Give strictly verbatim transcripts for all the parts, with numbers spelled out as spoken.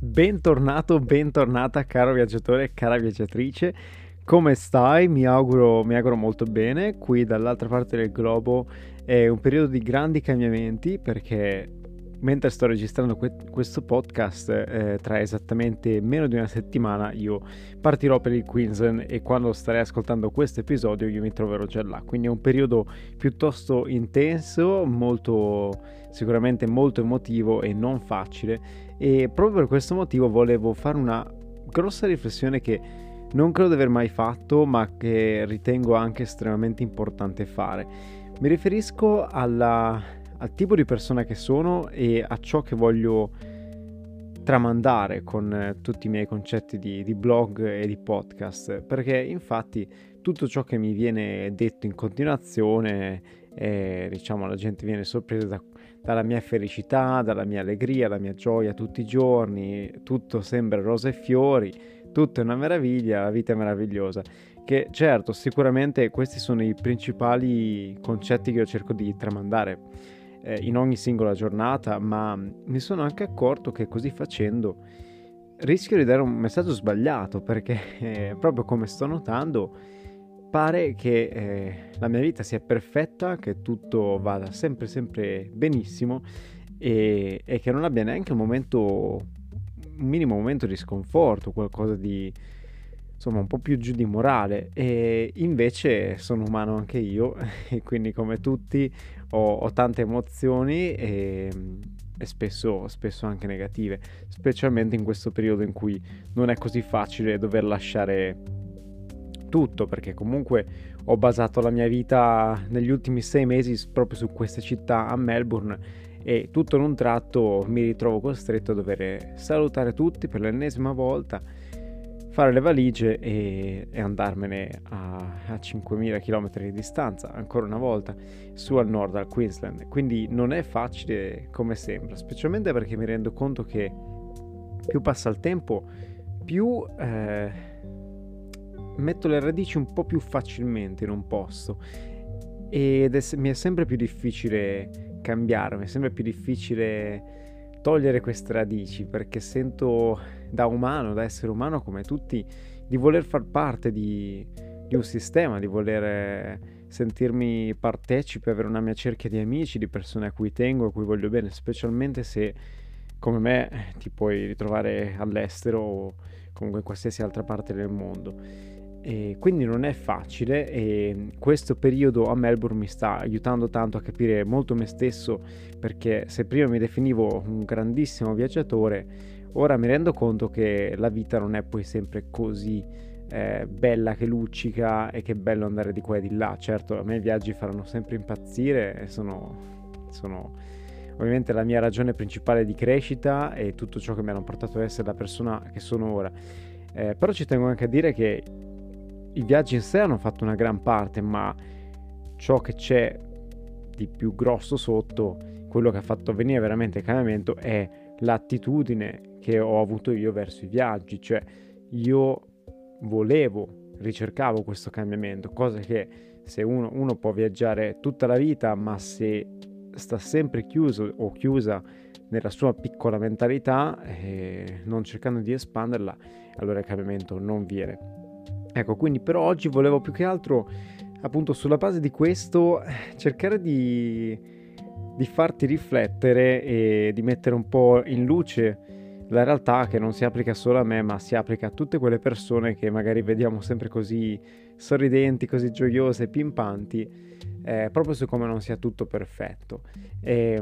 Bentornato, bentornata caro viaggiatore e cara viaggiatrice, come stai? Mi auguro, mi auguro molto bene. Qui dall'altra parte del globo è un periodo di grandi cambiamenti perché mentre sto registrando que- questo podcast eh, tra esattamente meno di una settimana io partirò per il Queensland e quando starei ascoltando questo episodio io mi troverò già là, quindi è un periodo piuttosto intenso, molto sicuramente molto emotivo e non facile. E proprio per questo motivo volevo fare una grossa riflessione che non credo di aver mai fatto, ma che ritengo anche estremamente importante fare. Mi riferisco alla, al tipo di persona che sono e a ciò che voglio tramandare con eh, tutti i miei concetti di, di blog e di podcast, perché infatti tutto ciò che mi viene detto in continuazione, eh, diciamo, la gente viene sorpresa da dalla mia felicità, dalla mia allegria, dalla mia gioia tutti i giorni, tutto sembra rose e fiori, tutto è una meraviglia, la vita è meravigliosa. Che certo, sicuramente questi sono i principali concetti che io cerco di tramandare eh, in ogni singola giornata, ma mi sono anche accorto che così facendo rischio di dare un messaggio sbagliato, perché eh, proprio come sto notando pare che eh, la mia vita sia perfetta, che tutto vada sempre sempre benissimo e, e che non abbia neanche un momento, un minimo momento di sconforto, qualcosa di insomma un po' più giù di morale. E invece sono umano anche io e quindi come tutti ho, ho tante emozioni e, e spesso, spesso anche negative, specialmente in questo periodo in cui non è così facile dover lasciare tutto, perché comunque ho basato la mia vita negli ultimi sei mesi proprio su questa città a Melbourne e tutto in un tratto mi ritrovo costretto a dover salutare tutti per l'ennesima volta, fare le valigie e, e andarmene a, a cinquemila chilometri di distanza ancora una volta su al nord, al Queensland. Quindi non è facile come sembra, specialmente perché mi rendo conto che più passa il tempo più eh, metto le radici un po' più facilmente in un posto ed è, mi è sempre più difficile cambiare, mi è sempre più difficile togliere queste radici perché sento da umano, da essere umano come tutti, di voler far parte di, di un sistema, di voler sentirmi partecipe, avere una mia cerchia di amici, di persone a cui tengo, a cui voglio bene, specialmente se come me ti puoi ritrovare all'estero o comunque in qualsiasi altra parte del mondo. E quindi non è facile e questo periodo a Melbourne mi sta aiutando tanto a capire molto me stesso, perché se prima mi definivo un grandissimo viaggiatore, ora mi rendo conto che la vita non è poi sempre così eh, bella che luccica e che è bello andare di qua e di là. Certo, a me i viaggi faranno sempre impazzire e sono, sono ovviamente la mia ragione principale di crescita e tutto ciò che mi hanno portato ad essere la persona che sono ora. Eh, però ci tengo anche a dire che i viaggi in sé hanno fatto una gran parte, ma ciò che c'è di più grosso sotto, quello che ha fatto avvenire veramente il cambiamento, è l'attitudine che ho avuto io verso i viaggi. Cioè io volevo, ricercavo questo cambiamento, cosa che se uno, uno può viaggiare tutta la vita, ma se sta sempre chiuso o chiusa nella sua piccola mentalità, eh, non cercando di espanderla, allora il cambiamento non viene. Ecco, quindi per oggi volevo più che altro, appunto sulla base di questo, cercare di, di farti riflettere e di mettere un po' in luce la realtà che non si applica solo a me, ma si applica a tutte quelle persone che magari vediamo sempre così sorridenti, così gioiose, pimpanti, eh, proprio su come non sia tutto perfetto. E,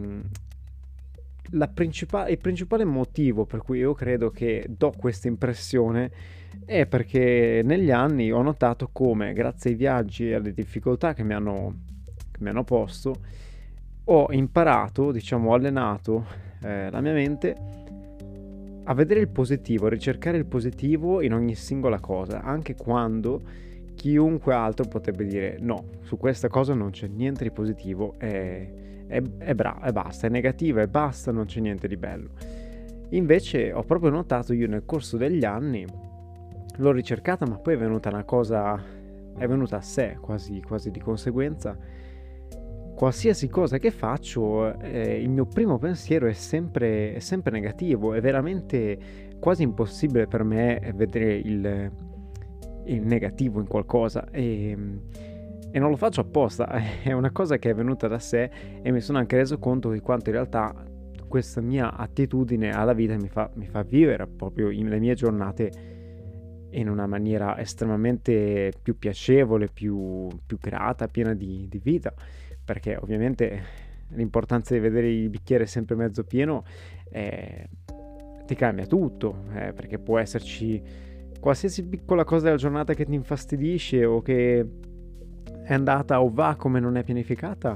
la principale, il principale motivo per cui io credo che do questa impressione è perché negli anni ho notato come, grazie ai viaggi e alle difficoltà che mi hanno, che mi hanno posto, ho imparato, diciamo, ho allenato eh, la mia mente a vedere il positivo, a ricercare il positivo in ogni singola cosa, anche quando chiunque altro potrebbe dire no, su questa cosa non c'è niente di positivo, è, è, è, bra- è basta, è negativa e basta, non c'è niente di bello. Invece ho proprio notato io nel corso degli anni, l'ho ricercata, ma poi è venuta una cosa, è venuta a sé quasi, quasi di conseguenza, qualsiasi cosa che faccio, eh, il mio primo pensiero è sempre, è sempre negativo. È veramente quasi impossibile per me vedere il, il negativo in qualcosa, e, e non lo faccio apposta. È una cosa che è venuta da sé, e mi sono anche reso conto di quanto in realtà questa mia attitudine alla vita mi fa, mi fa vivere proprio in- le mie giornate in una maniera estremamente più piacevole, più, più grata, piena di, di vita, perché ovviamente l'importanza di vedere il bicchiere sempre mezzo pieno, eh, ti cambia tutto, eh, perché può esserci qualsiasi piccola cosa della giornata che ti infastidisce o che è andata o va come non è pianificata,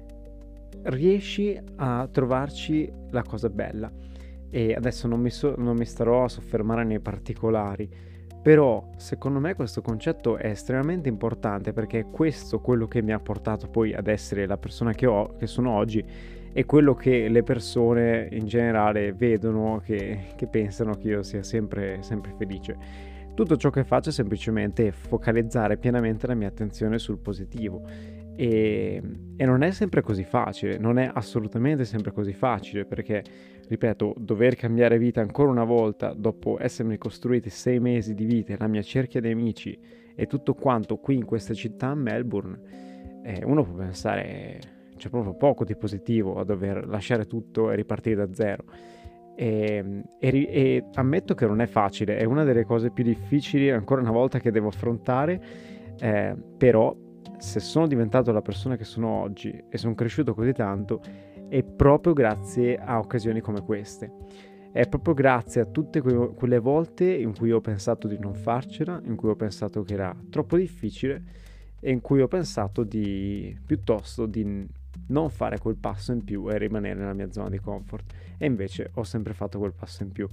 riesci a trovarci la cosa bella. E adesso non mi, so- non mi starò a soffermare nei particolari, però secondo me questo concetto è estremamente importante, perché è questo quello che mi ha portato poi ad essere la persona che, ho, che sono oggi, e quello che le persone in generale vedono, che, che pensano che io sia sempre, sempre felice. Tutto ciò che faccio è semplicemente focalizzare pienamente la mia attenzione sul positivo, e, e non è sempre così facile, non è assolutamente sempre così facile, perché ripeto, dover cambiare vita ancora una volta dopo essermi costruiti sei mesi di vita, la mia cerchia di amici e tutto quanto qui in questa città, Melbourne, eh, uno può pensare c'è proprio poco di positivo a dover lasciare tutto e ripartire da zero. E, e, ri- e ammetto che non è facile, è una delle cose più difficili ancora una volta che devo affrontare, eh, però se sono diventato la persona che sono oggi e sono cresciuto così tanto, è proprio grazie a occasioni come queste. È proprio grazie a tutte que- quelle volte in cui ho pensato di non farcela, in cui ho pensato che era troppo difficile, e in cui ho pensato di piuttosto di non fare quel passo in più e rimanere nella mia zona di comfort. E invece ho sempre fatto quel passo in più.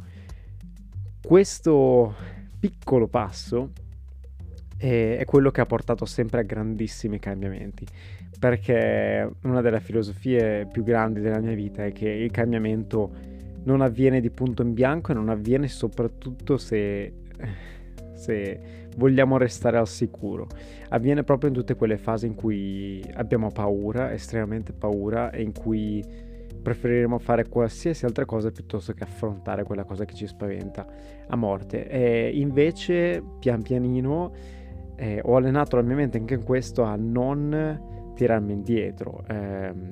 Questo piccolo passo è, è quello che ha portato sempre a grandissimi cambiamenti, perché una delle filosofie più grandi della mia vita è che il cambiamento non avviene di punto in bianco, e non avviene soprattutto se, se vogliamo restare al sicuro. Avviene proprio in tutte quelle fasi in cui abbiamo paura, estremamente paura, e in cui preferiremo fare qualsiasi altra cosa piuttosto che affrontare quella cosa che ci spaventa a morte. E invece, pian pianino, eh, ho allenato la mia mente anche in questo, a non tirarmi indietro. Ehm,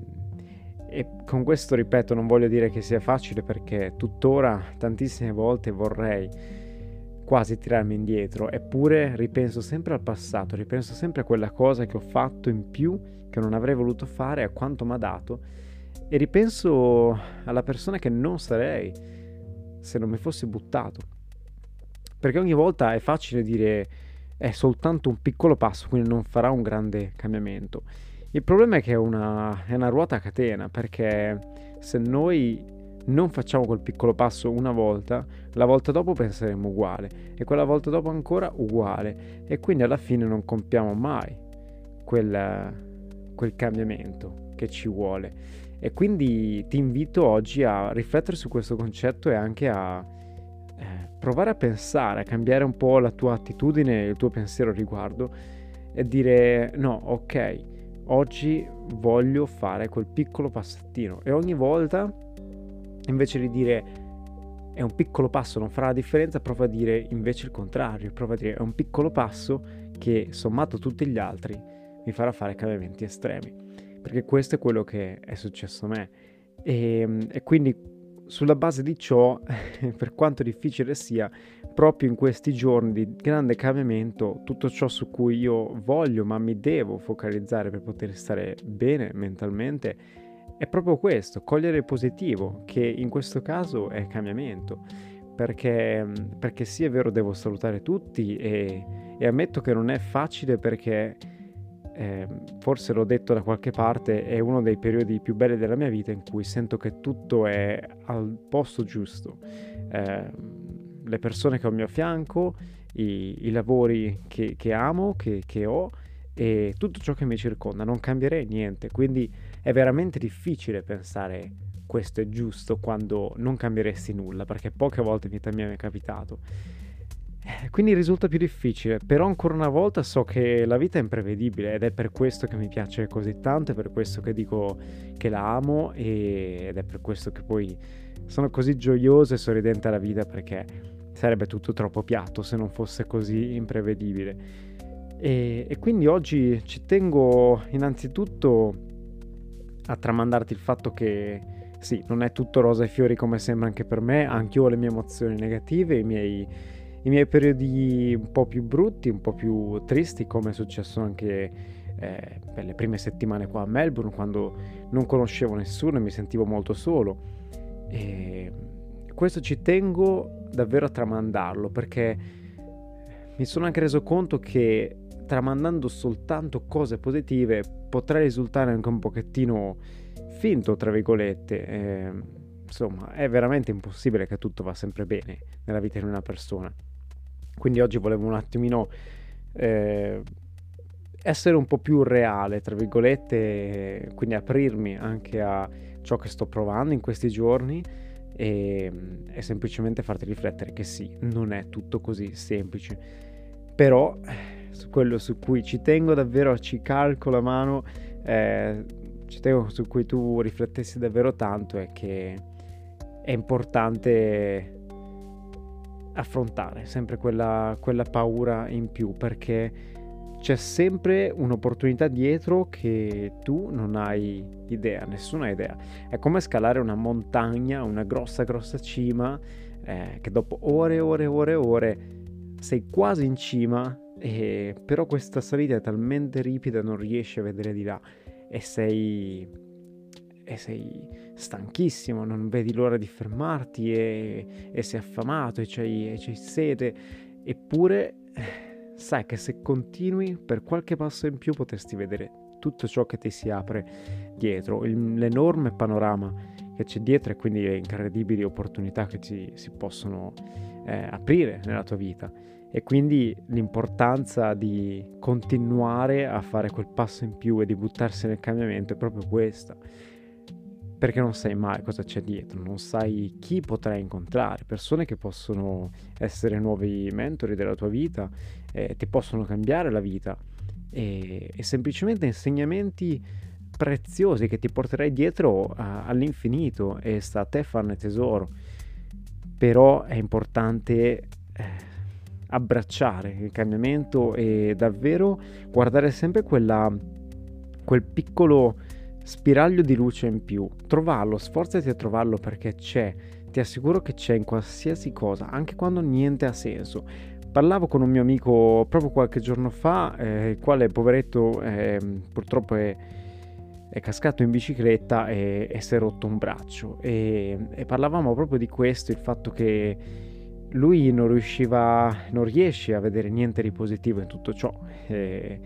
e con questo, ripeto, non voglio dire che sia facile, perché tuttora tantissime volte vorrei quasi tirarmi indietro, eppure ripenso sempre al passato, ripenso sempre a quella cosa che ho fatto in più, che non avrei voluto fare, a quanto mi ha dato, e ripenso alla persona che non sarei se non mi fossi buttato. Perché ogni volta è facile dire è soltanto un piccolo passo, quindi non farà un grande cambiamento. Il problema è che è una, è una ruota a catena, perché se noi non facciamo quel piccolo passo una volta, la volta dopo penseremo uguale, e quella volta dopo ancora uguale, e quindi alla fine non compiamo mai quel, quel cambiamento che ci vuole. E quindi ti invito oggi a riflettere su questo concetto, e anche a eh, provare a pensare, a cambiare un po' la tua attitudine e il tuo pensiero al riguardo, e dire no, ok, oggi voglio fare quel piccolo passettino, e ogni volta, invece di dire è un piccolo passo, non farà la differenza, prova a dire invece il contrario, prova a dire è un piccolo passo che, sommato a tutti gli altri, mi farà fare cambiamenti estremi, perché questo è quello che è successo a me. E, e quindi sulla base di ciò, per quanto difficile sia, proprio in questi giorni di grande cambiamento, tutto ciò su cui io voglio, ma mi devo focalizzare per poter stare bene mentalmente, è proprio questo: cogliere il positivo, che in questo caso è cambiamento. Perché, perché sì, è vero, devo salutare tutti, e, e ammetto che non è facile, perché eh, forse l'ho detto da qualche parte, è uno dei periodi più belli della mia vita in cui sento che tutto è al posto giusto. Eh, le persone che ho al mio fianco, i, i lavori che, che amo, che, che ho, e tutto ciò che mi circonda, non cambierei niente. Quindi è veramente difficile pensare questo è giusto quando non cambieresti nulla, perché poche volte in vita mia mi è capitato. Quindi risulta più difficile, però ancora una volta so che la vita è imprevedibile ed è per questo che mi piace così tanto, è per questo che dico che la amo e- ed è per questo che poi sono così gioioso e sorridente alla vita, perché sarebbe tutto troppo piatto se non fosse così imprevedibile. E, e quindi oggi ci tengo innanzitutto a tramandarti il fatto che sì, non è tutto rosa e fiori come sembra anche per me, anch'io ho le mie emozioni negative, i miei, i miei periodi un po' più brutti, un po' più tristi, come è successo anche eh, per le prime settimane qua a Melbourne, quando non conoscevo nessuno e mi sentivo molto solo. E questo ci tengo davvero a tramandarlo, perché mi sono anche reso conto che tramandando soltanto cose positive potrà risultare anche un pochettino finto, tra virgolette. Eh, insomma, è veramente impossibile che tutto va sempre bene nella vita di una persona. Quindi oggi volevo un attimino eh, essere un po' più reale, tra virgolette, quindi aprirmi anche a ciò che sto provando in questi giorni e, e semplicemente farti riflettere che sì, non è tutto così semplice. Però su quello su cui ci tengo davvero, ci calco la mano, eh, ci tengo su cui tu riflettessi davvero tanto, è che è importante affrontare sempre quella, quella paura in più, perché c'è sempre un'opportunità dietro che tu non hai idea, nessuna idea. È come scalare una montagna, una grossa grossa cima, eh, che dopo ore e ore e ore e ore sei quasi in cima, e però questa salita è talmente ripida non riesci a vedere di là e sei, e sei stanchissimo, non vedi l'ora di fermarti e, e sei affamato e c'hai, e c'hai sete, eppure sai che se continui per qualche passo in più potresti vedere tutto ciò che ti si apre dietro, il, l'enorme panorama che c'è dietro e quindi le incredibili opportunità che ci si possono eh, aprire nella tua vita. E quindi l'importanza di continuare a fare quel passo in più e di buttarsi nel cambiamento è proprio questa, perché non sai mai cosa c'è dietro, non sai chi potrai incontrare, persone che possono essere nuovi mentori della tua vita, eh, ti possono cambiare la vita e, e semplicemente insegnamenti preziosi che ti porterai dietro a, all'infinito e sta a te farne tesoro. Però è importante eh, abbracciare il cambiamento e davvero guardare sempre quella, quel piccolo spiraglio di luce in più, trovarlo, sforzati a trovarlo, perché c'è, ti assicuro che c'è in qualsiasi cosa, anche quando niente ha senso. Parlavo con un mio amico proprio qualche giorno fa, eh, il quale poveretto eh, purtroppo è, è cascato in bicicletta e, e si è rotto un braccio e, e parlavamo proprio di questo, il fatto che lui non riusciva, non riesce a vedere niente di positivo in tutto ciò. E,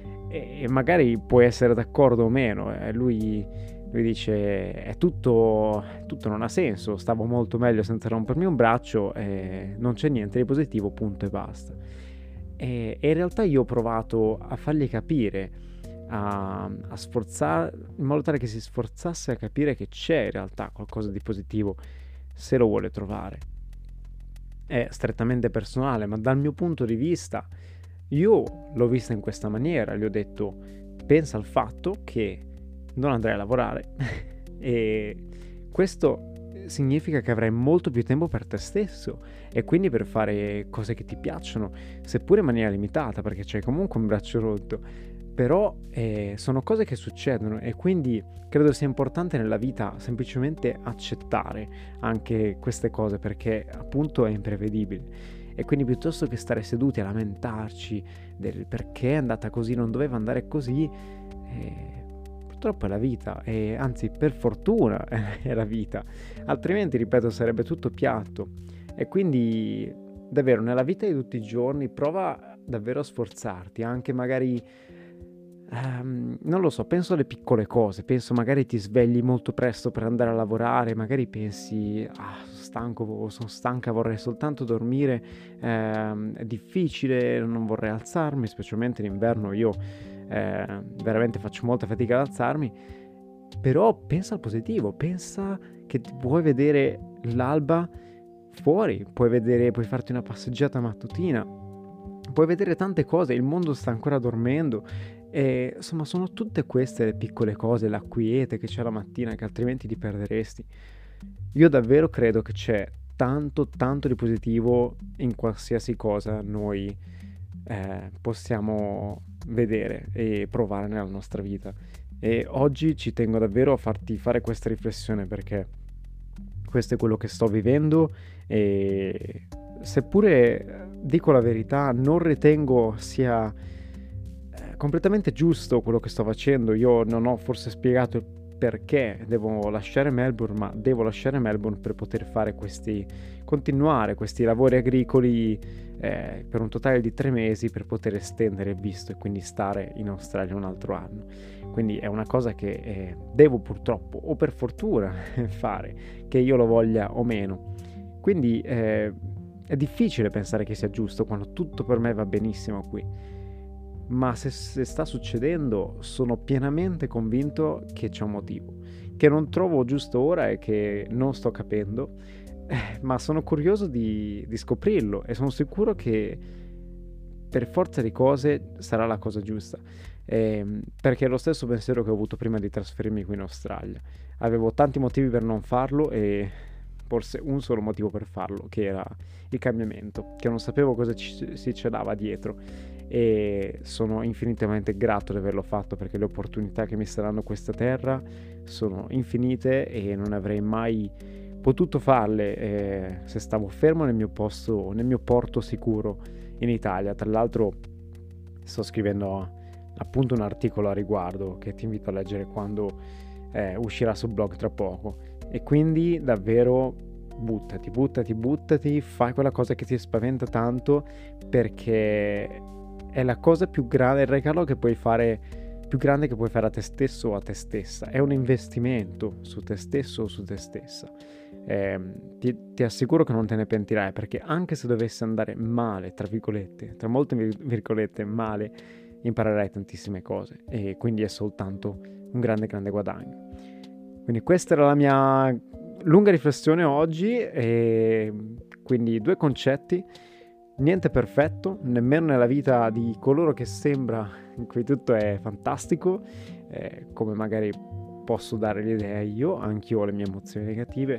e magari puoi essere d'accordo o meno, eh, lui, lui dice è tutto, tutto non ha senso, stavo molto meglio senza rompermi un braccio, eh, non c'è niente di positivo, punto e basta. E, e in realtà io ho provato a fargli capire, a, a sforzare, in modo tale che si sforzasse a capire che c'è in realtà qualcosa di positivo se lo vuole trovare. È strettamente personale, ma dal mio punto di vista io l'ho vista in questa maniera, gli ho detto pensa al fatto che non andrai a lavorare e questo significa che avrai molto più tempo per te stesso e quindi per fare cose che ti piacciono, seppure in maniera limitata, perché c'hai comunque un braccio rotto, però eh, sono cose che succedono e quindi credo sia importante nella vita semplicemente accettare anche queste cose, perché appunto è imprevedibile. E quindi piuttosto che stare seduti a lamentarci del perché è andata così, non doveva andare così, eh, purtroppo è la vita, e anzi per fortuna è la vita, altrimenti ripeto sarebbe tutto piatto. E quindi davvero nella vita di tutti i giorni prova davvero a sforzarti, anche magari Um, non lo so, penso alle piccole cose, penso magari ti svegli molto presto per andare a lavorare, magari pensi, ah, sono stanco, sono stanca, vorrei soltanto dormire, ehm, è difficile, non vorrei alzarmi, specialmente in inverno io eh, veramente faccio molta fatica ad alzarmi, però pensa al positivo, pensa che ti vuoi vedere l'alba fuori, puoi vedere, puoi farti una passeggiata mattutina, puoi vedere tante cose, il mondo sta ancora dormendo e insomma sono tutte queste le piccole cose, la quiete che c'è la mattina che altrimenti ti perderesti. Io davvero credo che c'è tanto tanto di positivo in qualsiasi cosa noi eh, possiamo vedere e provare nella nostra vita. E oggi ci tengo davvero a farti fare questa riflessione perché questo è quello che sto vivendo e seppure dico la verità, non ritengo sia eh, completamente giusto quello che sto facendo. Io non ho forse spiegato il perché devo lasciare Melbourne, ma devo lasciare Melbourne per poter fare questi, continuare questi lavori agricoli eh, per un totale di tre mesi per poter estendere il visto e quindi stare in Australia un altro anno. Quindi è una cosa che eh, devo purtroppo o per fortuna fare, che io lo voglia o meno. Quindi eh, è difficile pensare che sia giusto quando tutto per me va benissimo qui. Ma se, se sta succedendo sono pienamente convinto che c'è un motivo, che non trovo giusto ora e che non sto capendo, eh, ma sono curioso di, di scoprirlo e sono sicuro che per forza di cose sarà la cosa giusta, eh, perché è lo stesso pensiero che ho avuto prima di trasferirmi qui in Australia. Avevo tanti motivi per non farlo e forse un solo motivo per farlo, che era il cambiamento, che non sapevo cosa ci, si celava dietro. E sono infinitamente grato di averlo fatto perché le opportunità che mi saranno questa terra sono infinite e non avrei mai potuto farle eh, se stavo fermo nel mio posto, nel mio porto sicuro in Italia. Tra l'altro sto scrivendo appunto un articolo a riguardo che ti invito a leggere quando eh, uscirà sul blog tra poco e quindi davvero buttati, buttati, buttati, fai quella cosa che ti spaventa tanto perché è la cosa più grande, il regalo che puoi fare, più grande che puoi fare a te stesso o a te stessa. È un investimento su te stesso o su te stessa. Eh, ti, ti assicuro che non te ne pentirai, perché anche se dovesse andare male, tra virgolette, tra molte virgolette male, imparerai tantissime cose e quindi è soltanto un grande grande guadagno. Quindi questa era la mia lunga riflessione oggi e quindi due concetti. Niente perfetto, nemmeno nella vita di coloro che sembra in cui tutto è fantastico, eh, come magari posso dare l'idea io, anch'io ho le mie emozioni negative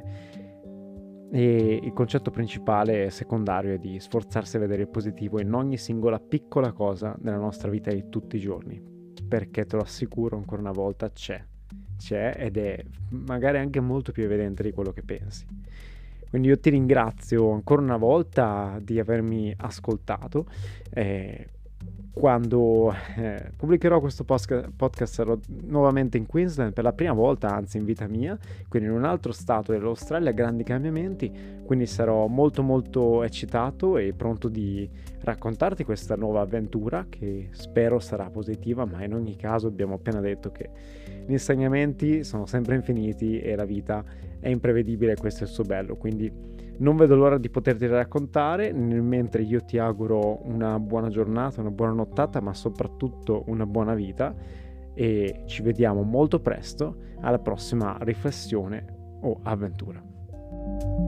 e il concetto principale secondario è di sforzarsi a vedere il positivo in ogni singola piccola cosa nella nostra vita di tutti i giorni, perché te lo assicuro ancora una volta c'è, c'è ed è magari anche molto più evidente di quello che pensi. Quindi io ti ringrazio ancora una volta di avermi ascoltato. Eh, quando eh, pubblicherò questo podcast, podcast sarò nuovamente in Queensland per la prima volta, anzi in vita mia, quindi in un altro stato dell'Australia, grandi cambiamenti, quindi sarò molto molto eccitato e pronto di raccontarti questa nuova avventura che spero sarà positiva, ma in ogni caso abbiamo appena detto che gli insegnamenti sono sempre infiniti e la vita è imprevedibile, questo è il suo bello, quindi non vedo l'ora di poterti raccontare, mentre io ti auguro una buona giornata, una buona nottata, ma soprattutto una buona vita e ci vediamo molto presto alla prossima riflessione o avventura.